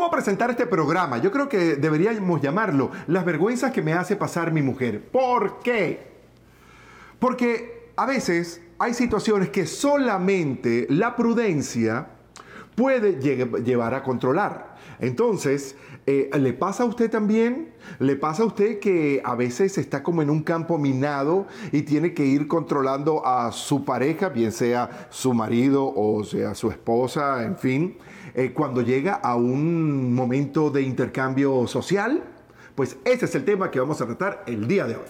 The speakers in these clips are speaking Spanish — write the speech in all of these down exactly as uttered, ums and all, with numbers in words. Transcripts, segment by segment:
Vamos a presentar este programa. Yo creo que deberíamos llamarlo Las vergüenzas que me hace pasar mi mujer. ¿Por qué? Porque a veces hay situaciones que solamente la prudencia puede lle- llevar a controlar. Entonces, eh, ¿le pasa a usted también? ¿Le pasa a usted que a veces está como en un campo minado y tiene que ir controlando a su pareja, bien sea su marido o sea su esposa, en fin, eh, cuando llega a un momento de intercambio social? Pues ese es el tema que vamos a tratar el día de hoy.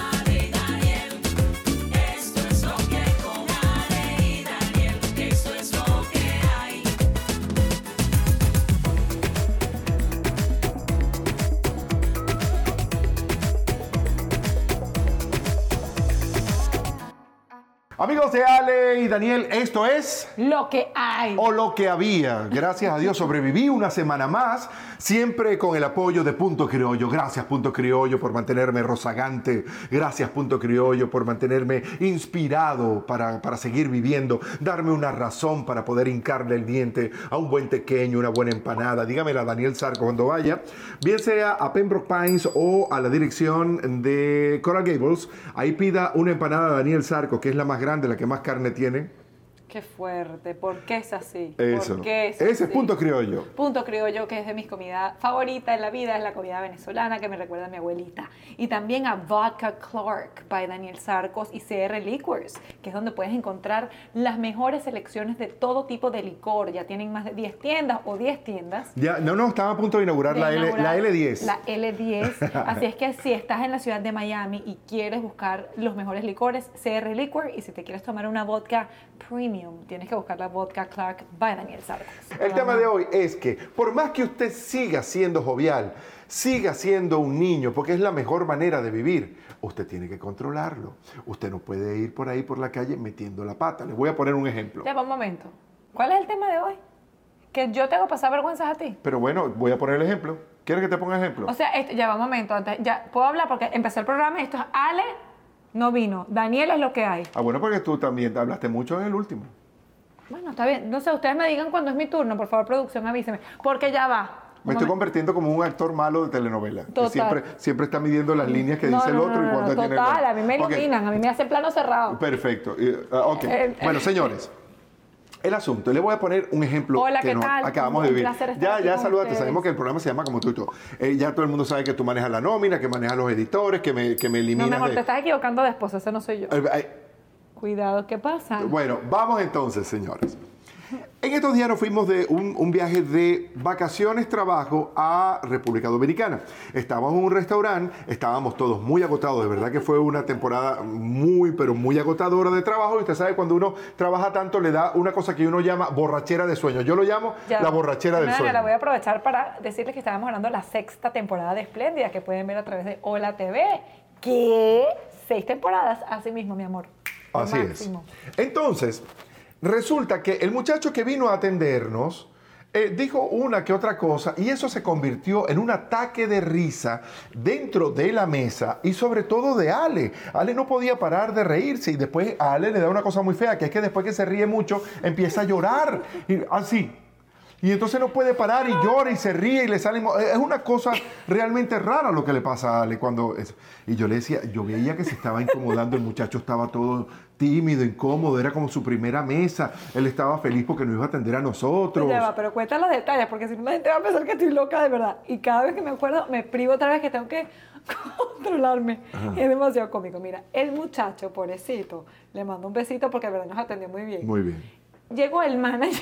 Amigos de Ale y Daniel, esto es Lo que hay. O lo que había. Gracias a Dios sobreviví una semana más, siempre con el apoyo de Punto Criollo. Gracias Punto Criollo por mantenerme rozagante. Gracias Punto Criollo por mantenerme inspirado para, para seguir viviendo. Darme una razón para poder hincarle el diente a un buen tequeño, una buena empanada. Dígamela a Daniel Zarco cuando vaya, bien sea a Pembroke Pines o a la dirección de Coral Gables. Ahí pida una empanada a Daniel Zarco, que es la más grande, la que más carne tiene. Qué fuerte. ¿Por qué es así? Eso. ¿Por qué es Ese así? es Punto Criollo. Punto Criollo, que es de mis comidas favoritas en la vida, es la comida venezolana que me recuerda a mi abuelita. Y también a Vodka Clark by Daniel Sarcos y C R Liquors, que es donde puedes encontrar las mejores selecciones de todo tipo de licor. Ya tienen más de diez tiendas o diez tiendas. Ya, no, no, estaba a punto de inaugurar, de la, inaugurar L, la L diez. La L diez. Así es que si estás en la ciudad de Miami y quieres buscar los mejores licores, C R Liquor, y si te quieres tomar una vodka premium, tienes que buscar la Vodka Clark by Daniel Sarcos. El tema de hoy es que por más que usted siga siendo jovial, siga siendo un niño, porque es la mejor manera de vivir, usted tiene que controlarlo. Usted no puede ir por ahí por la calle metiendo la pata. Les voy a poner un ejemplo. Ya va un momento. ¿Cuál es el tema de hoy? ¿Que yo te hago pasar vergüenzas a ti? Pero bueno, voy a poner el ejemplo. ¿Quieres que te ponga ejemplo? O sea, esto, ya va un momento. Antes, ya puedo hablar porque empecé el programa y esto es Ale, no vino. Daniel es lo que hay. Ah, bueno, porque tú también hablaste mucho en el último. Bueno, está bien. No sé, ustedes me digan cuando es mi turno. Por favor, producción, avíseme. Porque ya va. Me estoy convirtiendo como un actor malo de telenovela. Total. Que siempre, siempre está midiendo las líneas que No, dice no, el otro no, y cuando no, tiene... total, a mí me Ok. iluminan, a mí me hacen plano cerrado. Perfecto. Y, uh, ok. Eh, Bueno, señores, el asunto. Le voy a poner un ejemplo Hola, que ¿qué nos tal? acabamos de Un vivir. placer estar Ya, aquí ya, con salúdate. ustedes. Sabemos que el programa se llama Como tú y tú. Eh, ya todo el mundo sabe que tú manejas la nómina, que manejas los editores, que me, que me No, eliminas mejor de- te estás equivocando de esposa, ese no soy yo. Eh, eh, Cuidado, ¿qué pasa? Bueno, vamos entonces, señores. En estos días nos fuimos de un, un viaje de vacaciones, trabajo a República Dominicana. Estábamos en un restaurante, estábamos todos muy agotados. De verdad que fue una temporada muy, pero muy agotadora de trabajo. Y usted sabe, cuando uno trabaja tanto, le da una cosa que uno llama borrachera de sueño. Yo lo llamo Ya. la borrachera del Mira, sueño. la voy a aprovechar para decirles que estábamos hablando de la sexta temporada de Espléndida, que pueden ver a través de Hola T V. ¿Qué? Seis temporadas, así mismo, mi amor. Lo Así máximo. es. Entonces, resulta que el muchacho que vino a atendernos eh, dijo una que otra cosa y eso se convirtió en un ataque de risa dentro de la mesa y sobre todo de Ale. Ale no podía parar de reírse y después a Ale le da una cosa muy fea, que es que después que se ríe mucho empieza a llorar. Y así. Y entonces no puede parar y llora y se ríe y le sale... mo- Es una cosa realmente rara lo que le pasa a Ale cuando... Es, y yo le decía, yo veía que se estaba incomodando, el muchacho estaba todo tímido, incómodo, era como su primera mesa, él estaba feliz porque nos iba a atender a nosotros. Ya va, pero cuenta los detalles, porque si no la gente va a pensar que estoy loca de verdad. Y cada vez que me acuerdo, me privo otra vez que tengo que controlarme. Es demasiado cómico. Mira, el muchacho, pobrecito, le mando un besito porque de verdad nos atendió muy bien. Muy bien. Llegó el manager.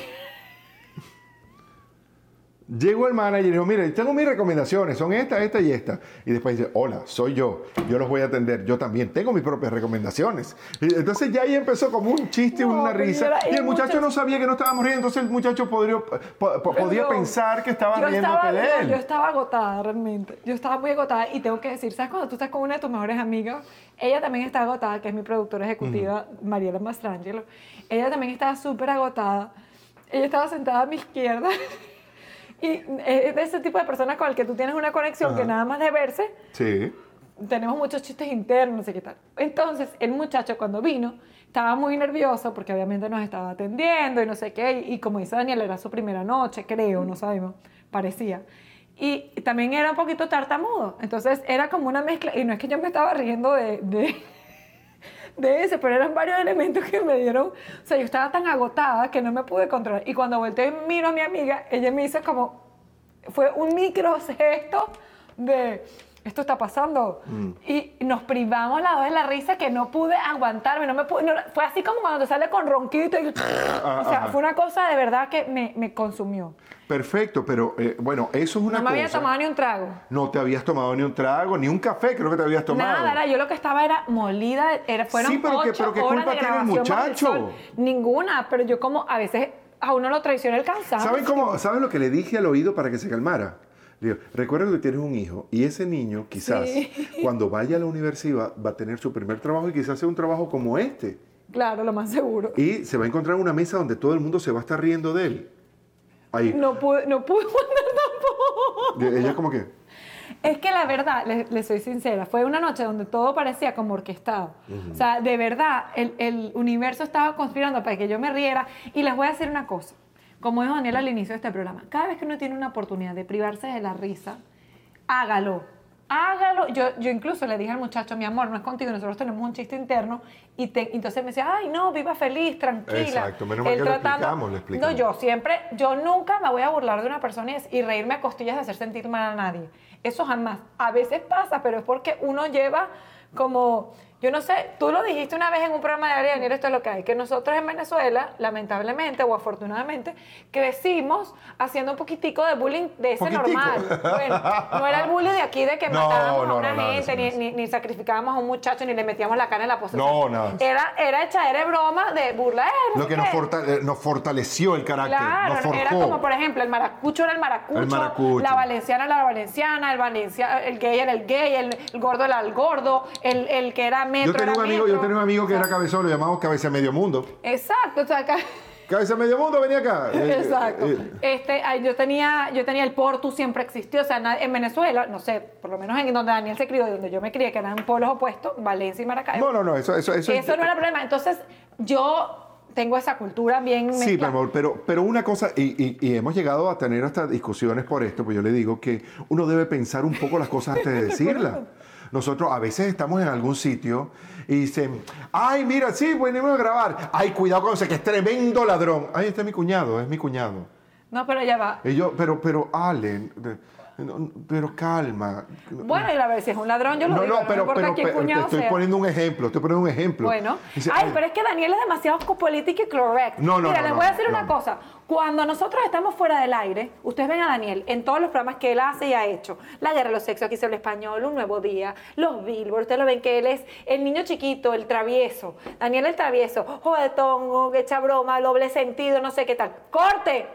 Llegó el manager y dijo, mire, tengo mis recomendaciones, son esta, esta y esta. Y después dice, hola, soy yo, yo los voy a atender, yo también tengo mis propias recomendaciones. Y entonces ya ahí empezó como un chiste, No, una pero risa. era- Y el era muchacho mucho- no sabía que no estábamos riendo, entonces el muchacho podría, po- po- podía Pero pensar que estaba yo riéndote estaba, de no, él. yo estaba agotada realmente. Yo estaba muy agotada y tengo que decir, ¿sabes cuando tú estás con una de tus mejores amigas? Ella también está agotada, que es mi productora ejecutiva, Mariela Mastrangelo. Ella también estaba súper agotada. Ella estaba sentada a mi izquierda. Y es de ese tipo de personas con el que tú tienes una conexión Ajá. que nada más de verse, Sí. tenemos muchos chistes internos, no sé qué tal. Entonces, el muchacho cuando vino, estaba muy nervioso porque obviamente nos estaba atendiendo y no sé qué. Y, y como dice Daniel, era su primera noche, creo, no sabemos. parecía. Y también era un poquito tartamudo. Entonces era como una mezcla. Y no es que yo me estaba riendo de, de, de ese, pero eran varios elementos que me dieron. O sea, yo estaba tan agotada que no me pude controlar. Y cuando volteé y miro a mi amiga, ella me hizo como. Fue un micro gesto de. Esto está pasando. Mm. Y nos privamos la dos de la risa que no pude aguantarme. No me pude, no, fue así como cuando te sale con ronquito. Y, ah, o sea, ajá. Fue una cosa de verdad que me, me consumió. Perfecto, pero eh, bueno, eso es una cosa... No me había tomado ni un trago. No te habías tomado ni un trago, ni un café creo que te habías tomado. Nada, era, yo lo que estaba era molida. Era, fueron sí, pero ocho que, pero ¿qué horas culpa de tiene el muchacho? Ninguna, pero yo como a veces a uno lo traiciona el cansancio. ¿Saben cómo, ¿saben lo que le dije al oído para que se calmara? Digo, recuerda que tienes un hijo y ese niño quizás sí. Cuando vaya a la universidad va a tener su primer trabajo y quizás sea un trabajo como este. Claro, lo más seguro. Y se va a encontrar una mesa donde todo el mundo se va a estar riendo de él. Ahí. No pude, no pude mandar tampoco. Ella como que... Es que la verdad, les, les soy sincera, fue una noche donde todo parecía como orquestado. Uh-huh. O sea, de verdad, el, el universo estaba conspirando para que yo me riera. Y les voy a decir una cosa. Como dijo Daniel al inicio de este programa, cada vez que uno tiene una oportunidad de privarse de la risa, hágalo, hágalo. Yo, yo incluso le dije al muchacho, mi amor, no es contigo, nosotros tenemos un chiste interno. Y te, entonces me decía, ay, no, viva feliz, tranquila. Exacto, menos mal que le explicamos, le explicamos. No, yo siempre, yo nunca me voy a burlar de una persona y, y reírme a costillas de hacer sentir mal a nadie. Eso jamás. A veces pasa, pero es porque uno lleva como... Yo no sé, tú lo dijiste una vez en un programa de Ariel, esto es lo que hay, que nosotros en Venezuela, lamentablemente o afortunadamente, crecimos haciendo un poquitico de bullying de ese ¿Poquitico? Normal. Bueno, no era el bullying de aquí de que no, matábamos no, a una no, gente, no, ni, ni, ni sacrificábamos a un muchacho, ni le metíamos la cara en la posesión. No, nada. Era, era echadera de broma, de burla. Eh, lo que nos, fortale, nos fortaleció el carácter, claro, nos forjó. Era como, por ejemplo, el maracucho era el maracucho, el maracucho, la valenciana era la valenciana, el, valencia, el gay era el gay, el, el gordo era el gordo, el, el que era metro yo tenía era un amigo, metro. Yo tenía un amigo que era cabezón, lo llamamos Cabeza Medio Mundo. Exacto, o sea, acá... Cabeza Medio Mundo, venía acá. Exacto. Eh, eh. Este, yo, tenía, yo tenía el Portu, siempre existió. O sea, en Venezuela, no sé, por lo menos en donde Daniel se crió y donde yo me crié, que eran pueblos opuestos, Valencia y Maracaibo. No, no, no, eso, eso, eso, eso no era problema. Entonces, yo tengo esa cultura bien mezclada. Sí, mi amor, pero, pero una cosa, y, y, y hemos llegado a tener hasta discusiones por esto, pues yo le digo que uno debe pensar un poco las cosas antes de decirlas. Nosotros a veces estamos en algún sitio y dicen, ay, mira, sí, venimos a grabar. Ay, cuidado con ese que es tremendo ladrón. Ay, este es mi cuñado, es mi cuñado. No, pero ya va. Y yo, pero, pero, Ale, pero calma. Bueno, y a ver, si es un ladrón, yo lo no, digo, no, no pero, me importa pero, quién pero cuñado te estoy sea. poniendo un ejemplo, estoy poniendo un ejemplo. Bueno, dice, ay, ay, pero es que Daniel es demasiado político y correct. No, no, Mira, no, les no, voy a decir no, una no. cosa. Cuando nosotros estamos fuera del aire, ustedes ven a Daniel en todos los programas que él hace y ha hecho. La Guerra de los Sexos, aquí se habla español, Un Nuevo Día, Los Billboard. Ustedes lo ven que él es el niño chiquito, el travieso. Daniel el travieso, juguetón, echa broma, doble sentido, no sé qué tal. ¡Corte!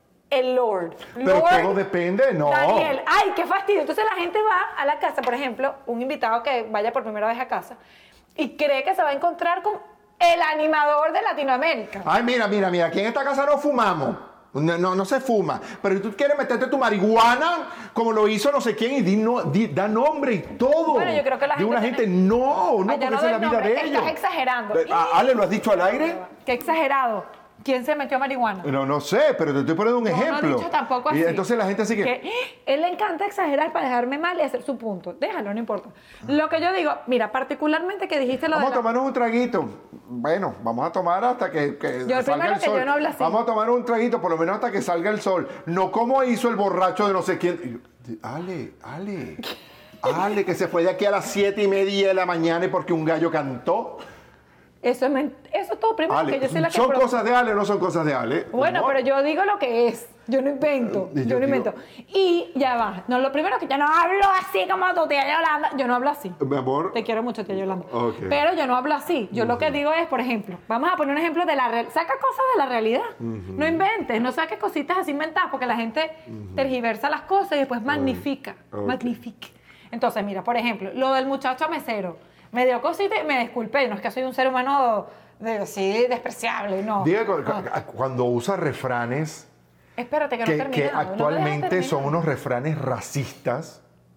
El Lord. Pero Lord, todo depende, no. Daniel, ay, qué fastidio. Entonces la gente va a la casa, por ejemplo, un invitado que vaya por primera vez a casa y cree que se va a encontrar con el animador de Latinoamérica. Ay, mira, mira, mira, aquí en esta casa no fumamos. No, no, no se fuma. Pero tú quieres meterte tu marihuana, como lo hizo no sé quién, y di no, di, da nombre y todo. Bueno, yo creo que la gente... De una tiene... gente, no, no, Ay, porque no esa es la vida nombre, de estás ellos. Estás exagerando. ¿A Ale lo has dicho al aire? Qué exagerado. ¿Quién se metió marihuana? No, no sé, pero te estoy poniendo un no, ejemplo. No he dicho tampoco así. Y entonces la gente así que... que... Él le encanta exagerar para dejarme mal y hacer su punto. Déjalo, no importa. Lo que yo digo, mira, particularmente que dijiste lo vamos de a tomarnos la... un traguito. Bueno, vamos a tomar hasta que, que yo, salga el que sol. Yo no hablo así. Vamos a tomar un traguito, por lo menos hasta que salga el sol. No como hizo el borracho de no sé quién. Ale, Ale, Ale, que se fue de aquí a las siete y media de la mañana porque un gallo cantó. Eso es, ment- eso es todo primero Ale, que yo sé la que ¿son pro- cosas de Ale o no son cosas de Ale? Bueno, no. pero yo digo lo que es. Yo no invento. Y yo yo no digo- invento. Y ya va. No, lo primero que yo no hablo así como tu tía Yolanda. Yo no hablo así. Mi amor. Te quiero mucho, tía Yolanda. Ok. Pero yo no hablo así. Yo lo que digo es, por ejemplo, vamos a poner un ejemplo de la realidad. Saca cosas de la realidad. No inventes, no saques cositas así inventadas porque la gente tergiversa las cosas y después magnifica. Ok. Magnifica. Entonces, mira, por ejemplo, lo del muchacho mesero. Me dio cosita y me disculpé. No es que soy un ser humano de, así despreciable, no. Diga, cu- No. cu- cuando usa refranes Espérate, que no he que, que terminado. no me dejas actualmente terminar. son unos refranes racistas.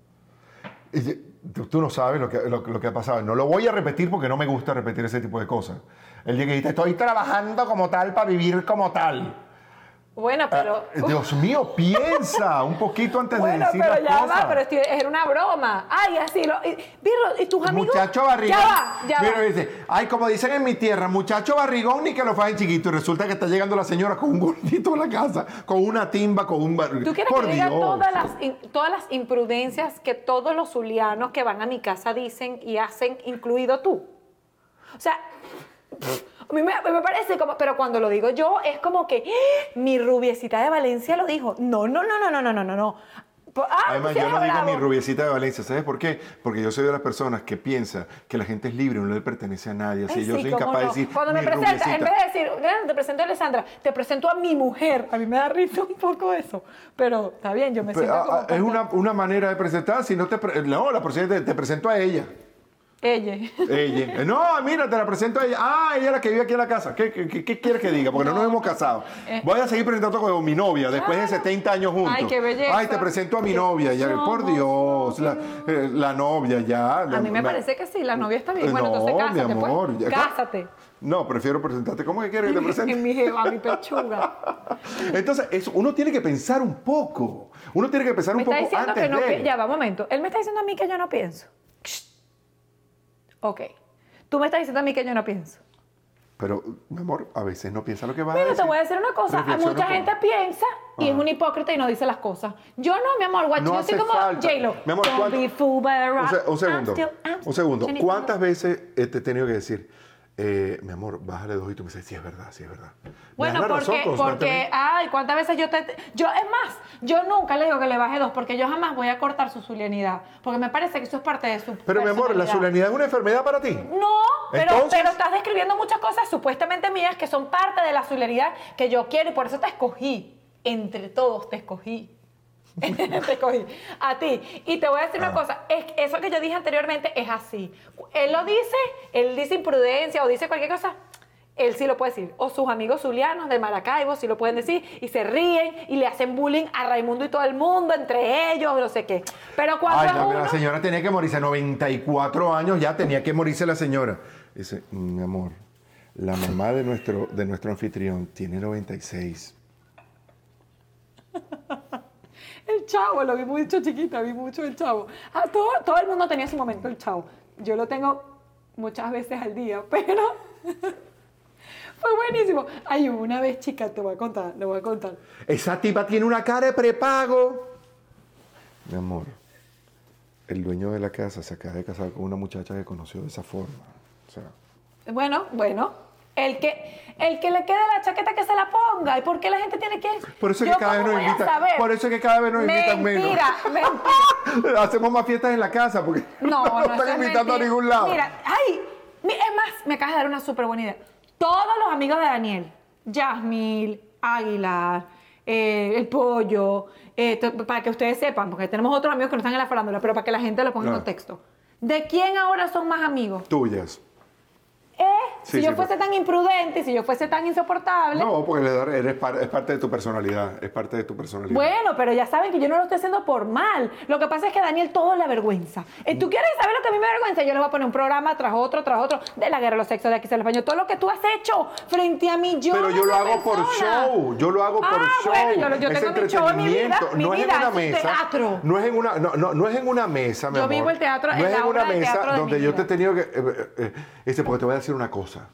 Y tú, tú no sabes lo que, lo, lo que ha pasado. No lo voy a repetir porque no me gusta repetir ese tipo de cosas. El día que dijiste, estoy trabajando como tal para vivir como tal. Bueno, pero... Ah, Dios mío, piensa un poquito antes bueno, de decir pero las ya cosas. va, pero estoy- era una broma. Ay, así lo... Y, Birro, ¿y tus amigos? Muchacho barrigón. Ya va, ya Mira, va. dice, ay, como dicen en mi tierra, muchacho barrigón ni que lo fajen chiquito. Y resulta que está llegando la señora con un gordito a la casa, con una timba, con un barrigón. ¿Tú quieres Por que diga Dios. todas las, in- todas las imprudencias que todos los zulianos que van a mi casa dicen y hacen, incluido tú? O sea, a mí me, me parece como... Pero cuando lo digo yo, es como que ¡ah! Mi rubiecita de Valencia lo dijo. No, no, no, no, no, no, no, no, no. Po- Ah, Además, sí, yo no digo bravo. mi rubiecita de Valencia. ¿Sabes por qué? Porque yo soy de las personas que piensa que la gente es libre, no le pertenece a nadie. Así Ay, yo sí, soy cómo incapaz de no. decir Cuando mi me presenta, en rubiecita. vez de decir, "Bueno, te presento a Alessandra, te presento a mi mujer". A mí me da risa un poco eso. Pero está bien, yo me Pero, siento como... ah, ah, es una, una manera de presentar. Si no te... pre- No, la presento- te, te presento a ella. Ella. Ella. No, mira, te la presento a ella. Ah, ella es la que vive aquí en la casa. ¿Qué, qué, qué- qué quieres que diga? Porque no, No, nos hemos no. casado. Eh. Voy a seguir presentando con mi novia después de Claro. setenta años juntos. Ay, qué belleza. Ay, te presento a mi Qué novia. Ya, por somos, Dios, la, eh, la novia ya. A mí me parece que sí, la novia está bien. Bueno, no, entonces cásate, mi amor. pues. ya- Cásate. No, prefiero presentarte. ¿Cómo que quieres que te presente? En mi jeva, mi pechuga. Entonces, eso, uno tiene que pensar un poco. Uno tiene que pensar Me un está poco diciendo antes que no... de. pi- Ya va, un momento. Él me está diciendo a mí que yo no pienso. Ok. Tú me estás diciendo a mí que yo no pienso. Pero, mi amor, a veces no piensa lo que va a Pero decir. te voy a decir una cosa, Reflexiona mucha un gente poco. piensa y es Ajá. un hipócrita y no dice las cosas. Yo no, mi amor, guacho, No yo soy hace como falta. J-Lo. Mi amor, Don't ¿cuánto- be fooled by the Un, rock. se- un segundo. I'm still- I'm Un segundo. still- ¿Cuántas veces eh, te he tenido que decir, eh, mi amor, bájale dos y tú me dices, sí, es verdad, sí, es verdad? Me Bueno, das la razón porque, porque, constantemente. ay, ¿cuántas veces yo te... Yo, es más, yo nunca le digo que le baje dos, porque yo jamás voy a cortar su zulianidad, porque me parece que eso es parte de su Pero, mi amor, ¿la personalidad. zulianidad es una enfermedad para ti? No, pero, Entonces- pero estás describiendo muchas cosas supuestamente mías que son parte de la zulianidad que yo quiero y por eso te escogí. Entre todos te escogí. te escogí a ti. Y te voy a decir Ah. una cosa, es, eso que yo dije anteriormente es así. Él lo dice, él dice imprudencia o dice cualquier cosa, él sí lo puede decir. O sus amigos zulianos de Maracaibo sí lo pueden decir y se ríen y le hacen bullying a Raimundo y todo el mundo, entre ellos, no sé qué. Pero cuando Ay, es la, uno... la señora tenía que morirse, noventa y cuatro años ya tenía que morirse la señora. Dice, mi amor, la mamá de nuestro, de nuestro anfitrión tiene noventa y seis. El Chavo, lo vi mucho chiquita, vi mucho el Chavo. Ah, todo, todo el mundo tenía su momento el Chavo. Yo lo tengo muchas veces al día, pero fue buenísimo. Ay, una vez, chica, te voy a contar, le voy a contar. Esa tipa tiene una cara de prepago. Mi amor, el dueño de la casa se acaba de casar con una muchacha que conoció de esa forma. O sea, Bueno, bueno. El que, el que le quede la chaqueta que se la ponga. ¿Y por qué la gente tiene que...? por eso es Yo que cada vez cómo nos voy a invitan. saber? Por eso es que cada vez nos invitan menos. Mentira, mentira. Hacemos más fiestas en la casa porque No, no, eso están es invitando a mentira. ningún lado. Mira, ay, mi- es más, me acabas de dar una súper buena idea. Todos los amigos de Daniel, Yasmil, Aguilar, eh, El Pollo, eh, to- para que ustedes sepan, porque tenemos otros amigos que no están en la farándula, pero para que la gente lo ponga en Claro. contexto. ¿De quién ahora son más amigos? Tuyas. ¿Eh? Sí, si yo sí, fuese tan imprudente, si yo fuese tan insoportable... No, porque le da- eres par- es parte de tu personalidad. Es parte de tu personalidad. Bueno, pero ya saben que yo no lo estoy haciendo por mal. Lo que pasa es que a Daniel todo le avergüenza. Eh, ¿Tú quieres saber lo que a mí me avergüenza? Yo les voy a poner un programa tras otro, tras otro, de la guerra de los sexos, de aquí se el español. Todo lo que tú has hecho frente a millones Pero yo lo de hago por personas. show, yo lo hago por Ah, show. bueno, yo, yo Es tengo mi show en mi vida, entretenimiento, mi no es vida en una es un mesa, teatro. no es en una, no, no, no es en una mesa, mi Yo amor. vivo el teatro, no es es la en obra una de mesa teatro de donde mi yo vida. te he tenido que, eh, eh, este, porque te voy a decir una cosa.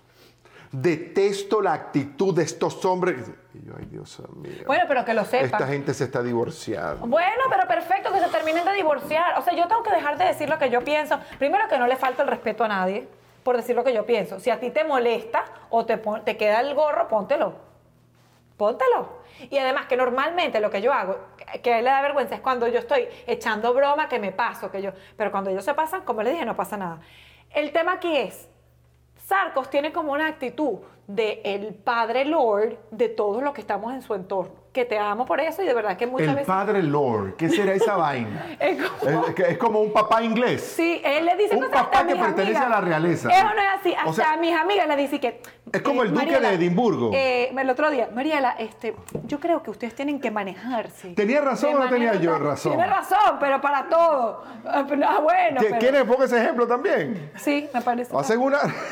Detesto la actitud de estos hombres. Y yo, ay, Dios mío. Bueno, pero que lo sepan. Esta gente se está divorciando. Bueno, pero perfecto, que se terminen de divorciar. O sea, yo tengo que dejar de decir lo que yo pienso. Primero, que no le falta el respeto a nadie por decir lo que yo pienso. Si a ti te molesta o te, pon- te queda el gorro, póntelo. Póntelo. Y además que normalmente lo que yo hago, que a él le da vergüenza, es cuando yo estoy echando broma, que me paso, que yo... Pero cuando ellos se pasan, como les dije, no pasa nada. El tema aquí es, Sarcos tiene como una actitud de el padre Lord de todos los que estamos en su entorno. Que te amo por eso y de verdad que muchas El veces... padre Lord, ¿qué será esa vaina? Es como- Es, es como un papá inglés. Sí, él le dice Un cosas hasta papá a que mis pertenece amigas. a la realeza. Eso no es así. Hasta O sea, a mis amigas le dice que... es como el duque Mariela, de Edimburgo. eh, el otro día, Mariela, este, yo creo que ustedes tienen que manejarse. ¿Tenía razón de o no tenía manera yo tal- razón? Tiene razón, pero para todo. Ah, pero- ah, bueno, ¿Qui- pero- ¿Quieres que ponga ese ejemplo también? Sí, me parece. Hacen una,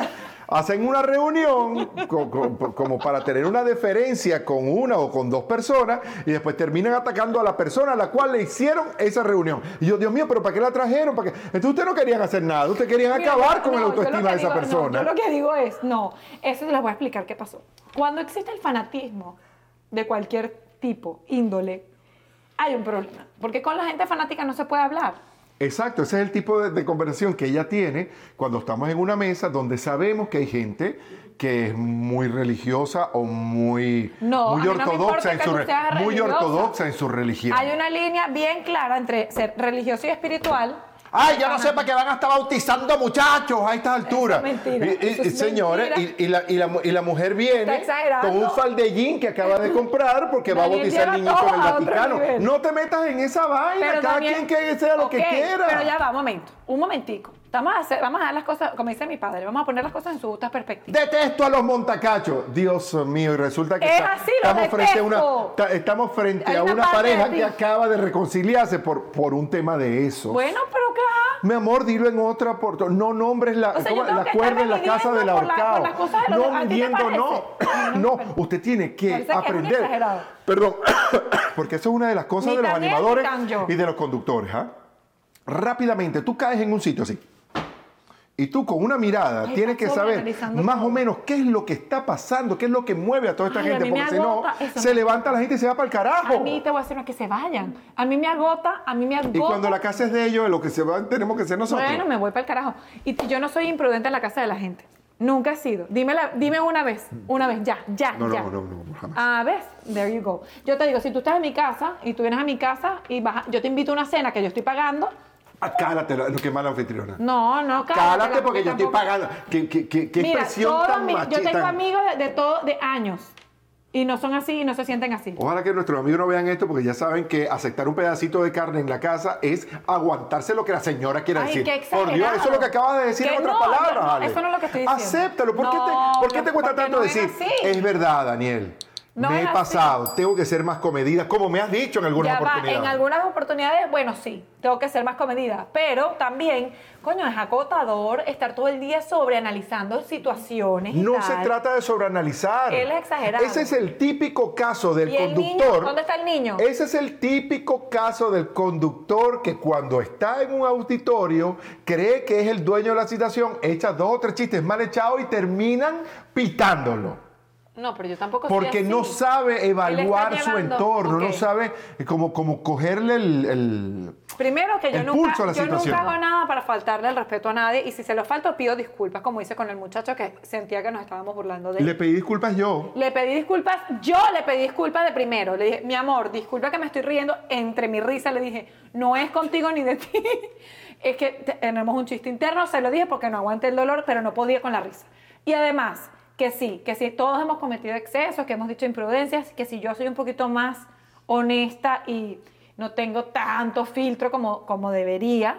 hacen una reunión co- co- como para tener una deferencia con una o con dos personas y después terminan atacando a la persona a la cual le hicieron esa reunión. Y yo, Dios mío, ¿pero para qué la trajeron? ¿Para qué? Entonces ustedes no querían hacer nada, ustedes querían Mira, acabar yo- con no, la yo lo autoestima que de esa digo- no, persona. yo lo que digo es, no, eso les voy a explicar qué pasó. Cuando existe el fanatismo de cualquier tipo, índole, hay un problema. Porque con la gente fanática no se puede hablar. Exacto, ese es el tipo de, de conversación que ella tiene cuando estamos en una mesa donde sabemos que hay gente que es muy religiosa o muy, No, muy a mí no me ortodoxa importa en que su tú re- seas muy religiosa. ortodoxa en su religión. Hay una línea bien clara entre ser religioso y espiritual. Ay, ya no sé para qué van a estar bautizando muchachos a estas alturas. Eso es mentira, Y, y- eso es señores, mentira. y, y la, y, la, mu- y la mujer viene Está exagerando. con un faldellín que acaba de comprar porque va a Daniel bautizar lleva niñito todo en el a otro Vaticano. nivel. No te metas en esa vaina, cada Daniel- quien que sea lo que Ok, quiera. Pero ya va, un momento, un momentico. Vamos a, hacer, vamos a dar las cosas, como dice mi padre, vamos a poner las cosas en su justa perspectiva. Detesto a los montacachos. Dios mío, y resulta que Es está- así, los estamos, frente a una, detesto. ta- estamos frente Hay a una una parte pareja de ti. que acaba de reconciliarse por, por un tema de eso. Bueno, pero ¿qué? Mi amor, dilo en otra oportunidad. No nombres la, O sea, ¿cómo? yo tengo la que cuerda en la estarme casa del midiendo por la- ahorcado. por las cosas de los no demás. ¿A ti te midiendo, parece? no. A mí no No, me parece. usted tiene que Parece que es un aprender. exagerado. Perdón, porque eso es una de las cosas Ni de los Daniel, animadores ni Canyo. y de los conductores. ¿Ah? Rápidamente, tú caes en un sitio así. Y tú con una mirada Ay, tienes que estás saber sobreanalizando más todo. o menos qué es lo que está pasando, qué es lo que mueve a toda esta Ay, a gente, mí me porque si no, agota eso. se levanta la gente y se va para el carajo. A mí te voy a decir una que se vayan. A mí me agota, a mí me agota. Y cuando la casa es de ellos, lo que se va tenemos que ser nosotros. Bueno, me voy para el carajo. Y t- yo no soy imprudente en la casa de la gente. Nunca he sido. Dime, la- dime una vez, una vez, ya, ya, No, no, ya. no, no, no, jamás. Ah, ¿ves? There you go. Yo te digo, si tú estás en mi casa y tú vienes a mi casa y vas a- yo te invito a una cena que yo estoy pagando, Ah, cálate, lo- qué mala anfitriona. no, no, Cálate, cállate, porque yo estoy tampoco- pagando. ¿Qué, qué, qué, qué Mira, expresión todos tan mis- yo machista? tengo amigos de, de todo, de años y no son así y no se sienten así. Ojalá que nuestros amigos no vean esto, porque ya saben que aceptar un pedacito de carne en la casa es aguantarse lo que la señora quiera Ay, decir. qué Por Dios, exagerado. eso es lo que acabas de decir Que en otras no, palabras, no, no, Ale. eso no es lo que estoy diciendo. Acéptalo. ¿Por qué No, te, ¿por qué te cuesta porque tanto no es decir? así. Es verdad, Daniel. No me es he así. pasado. Tengo que ser más comedida, como me has dicho en algunas Ya va, oportunidades. en algunas oportunidades, bueno, sí, tengo que ser más comedida, pero también, coño, es agotador estar todo el día sobreanalizando situaciones. y No se tal. trata de sobreanalizar. Él es exagerado. Ese es el típico caso del ¿Y el conductor. niño? ¿Dónde está el niño? Ese es el típico caso del conductor que cuando está en un auditorio cree que es el dueño de la situación, echa dos o tres chistes mal echados y terminan pitándolo. No, pero yo tampoco soy Porque así. no sabe evaluar Él está su llevando- entorno, ok. no sabe como, como cogerle el, el- Primero que yo, el nunca, pulso a la yo situación. nunca hago nada para faltarle el respeto a nadie y si se lo falto pido disculpas, como hice con el muchacho que sentía que nos estábamos burlando de él. Le pedí disculpas yo. Le pedí disculpas, yo le pedí disculpas de primero. Le dije, mi amor, disculpa que me estoy riendo. Entre mi risa le dije, no es contigo ni de ti. Es que te- tenemos un chiste interno, se lo dije porque no aguanté el dolor, pero no podía con la risa. Y además, que sí, que sí, todos hemos cometido excesos, que hemos dicho imprudencias, que si yo soy un poquito más honesta y no tengo tanto filtro como, como debería,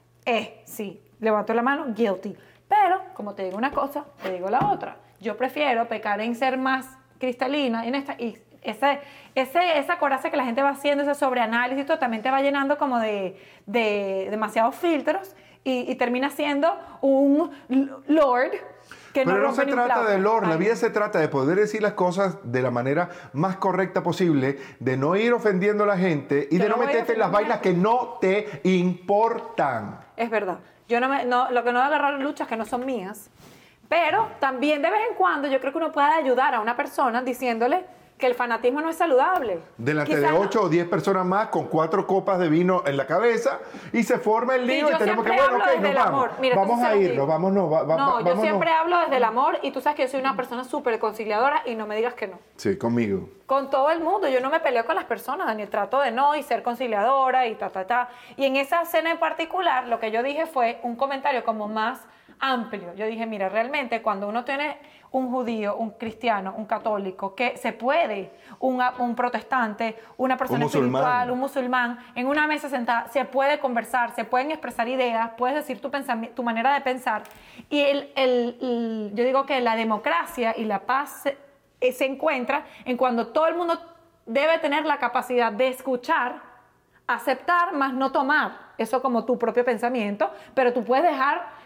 eh, sí, levanto la mano, guilty. Pero, como te digo una cosa, te digo la otra. Yo prefiero pecar en ser más cristalina en esta, y ese, ese, esa coraza que la gente va haciendo, ese sobreanálisis, todo, también te va llenando como de, de demasiados filtros y, y termina siendo un l- lord que no Pero no rompe se ni un trata plato. de lord, la Ay, vida se trata de poder decir las cosas de la manera más correcta posible, de no ir ofendiendo a la gente y Yo de no no voy a meterte en las ofender a vainas que no te importan. Es verdad. Yo no me, no, lo que no voy a agarrar luchas que no son mías. Pero también de vez en cuando yo creo que uno puede ayudar a una persona diciéndole que el fanatismo no es saludable. Delante Quizás de no- ocho o diez personas más con cuatro copas de vino en la cabeza y se forma el Sí, lío yo y tenemos que, siempre bueno, hablo ok, desde nos el vamos. amor. Mira, vamos entonces a se lo irnos, digo. vámonos, va- va- No, yo vámonos. siempre hablo desde el amor y tú sabes que yo soy una persona súper conciliadora y no me digas que no. Sí, conmigo. Con todo el mundo, yo no me peleo con las personas, Daniel, trato de no y ser conciliadora y ta, ta, ta. Y en esa cena en particular, lo que yo dije fue un comentario como más amplio. Yo dije, mira, realmente cuando uno tiene un judío, un cristiano, un católico, que se puede, un, un protestante, una persona Un musulmán. espiritual, un musulmán, en una mesa sentada, se puede conversar, se pueden expresar ideas, puedes decir tu, pensami- tu manera de pensar. Y el, el- el- yo digo que la democracia y la paz se, eh, se encuentra en cuando todo el mundo debe tener la capacidad de escuchar, aceptar, más no tomar eso como tu propio pensamiento, pero tú puedes dejar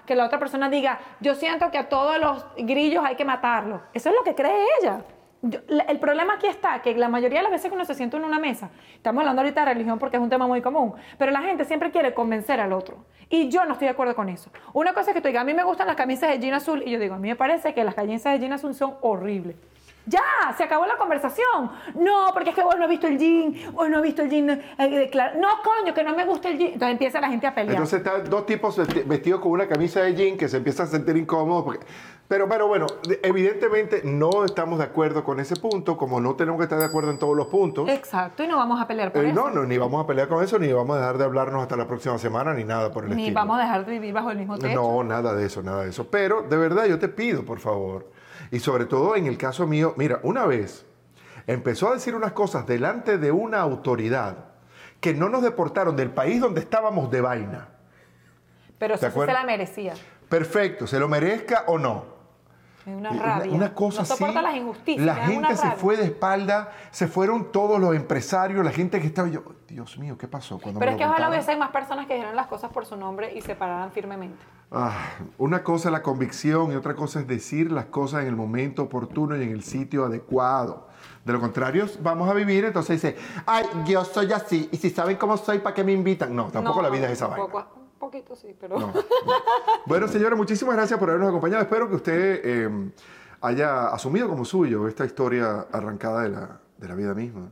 que la otra persona diga, yo siento que a todos los grillos hay que matarlos. Eso es lo que cree ella. Yo, la, el problema aquí está que la mayoría de las veces que uno se sienta en una mesa, estamos hablando ahorita de religión porque es un tema muy común, pero la gente siempre quiere convencer al otro. Y yo no estoy de acuerdo con eso. Una cosa es que tú digas, a mí me gustan las camisas de jean azul, y yo digo, a mí me parece que las camisas de jean azul son horribles. Ya, se acabó la conversación. No, porque es que vos no has visto el jean, vos no has visto el jean. Eh, claro. No, coño, que no me gusta el jean. Entonces empieza la gente a pelear. Entonces están dos tipos vestidos con una camisa de jean que se empiezan a sentir incómodos. Porque... Pero, pero bueno, evidentemente no estamos de acuerdo con ese punto, como no tenemos que estar de acuerdo en todos los puntos. Exacto, y no vamos a pelear por eh, eso. No, no, ni vamos a pelear con eso, ni vamos a dejar de hablarnos hasta la próxima semana, ni nada por el Ni estilo. vamos a dejar de vivir bajo el mismo techo. No, nada de eso, nada de eso. Pero, de verdad, yo te pido, por favor, y sobre todo en el caso mío, mira, una vez empezó a decir unas cosas delante de una autoridad que no nos deportaron del país donde estábamos de vaina. Pero eso sí se la merecía. Perfecto, se lo merezca o no. Es una rabia. Una, una cosa no soporta así, las injusticias. la gente se fue de espalda, se fueron todos los empresarios, la gente que estaba yo, Dios mío, ¿qué pasó? Cuando Pero me es que lo ojalá contaron? hubiese más personas que dijeran las cosas por su nombre y se pararan firmemente. Ah, una cosa es la convicción y otra cosa es decir las cosas en el momento oportuno y en el sitio adecuado. De lo contrario, vamos a vivir, entonces dice, ay, yo soy así, y si saben cómo soy, ¿para qué me invitan? No, tampoco No, la vida es esa tampoco, vaina. Un poquito sí, pero... No, no. Bueno, señora, muchísimas gracias por habernos acompañado. Espero que usted eh, haya asumido como suyo esta historia arrancada de la, de la vida misma.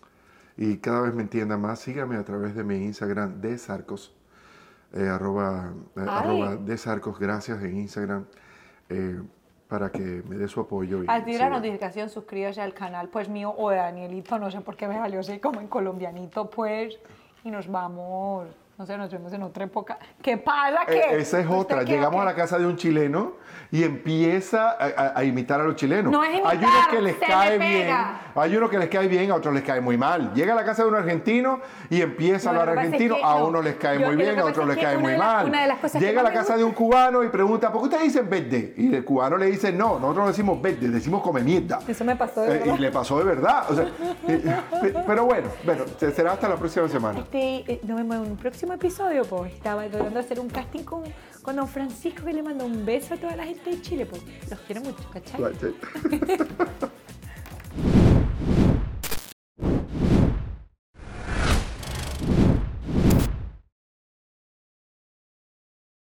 Y cada vez me entienda más. Sígame a través de mi Instagram, de Sarcos, eh, arroba, eh, arroba de Sarcos, gracias en Instagram, eh, para que me dé su apoyo. Y Active la siga. notificación, suscríbase al canal, pues mío o de Danielito, no sé por qué me salió así como en colombianito, pues, y nos vamos... No sé, nos vemos en otra época. ¿Qué pasa? ¿Qué? Eh, esa es otra. Llegamos a la casa de un chileno y empieza a, a- a imitar a los chilenos. No es imitar, Hay unos que les se cae le bien, pega. hay unos que les cae bien, a otros les cae muy mal. Llega a la casa de un argentino y empieza a No, hablar lo que pasa es argentino, que a no. unos les cae Yo- muy lo bien, que a pasa otros es les que cae una muy de las- mal. una de las cosas que Llega a no la me casa de un cubano y pregunta, ¿por qué ustedes dicen verde? Y el cubano le dice, no, nosotros no decimos verde, decimos come mierda. Eso me pasó de Eh, verdad. y le pasó de verdad. O sea, eh, eh, pero bueno, bueno, será hasta la próxima semana. Este, eh, nos vemos en un próximo episodio, pues. Estaba tratando de hacer un casting con, con don Francisco, que le manda un beso a toda la gente de Chile, pues. Los quiero mucho, ¿cachai? Right, sí.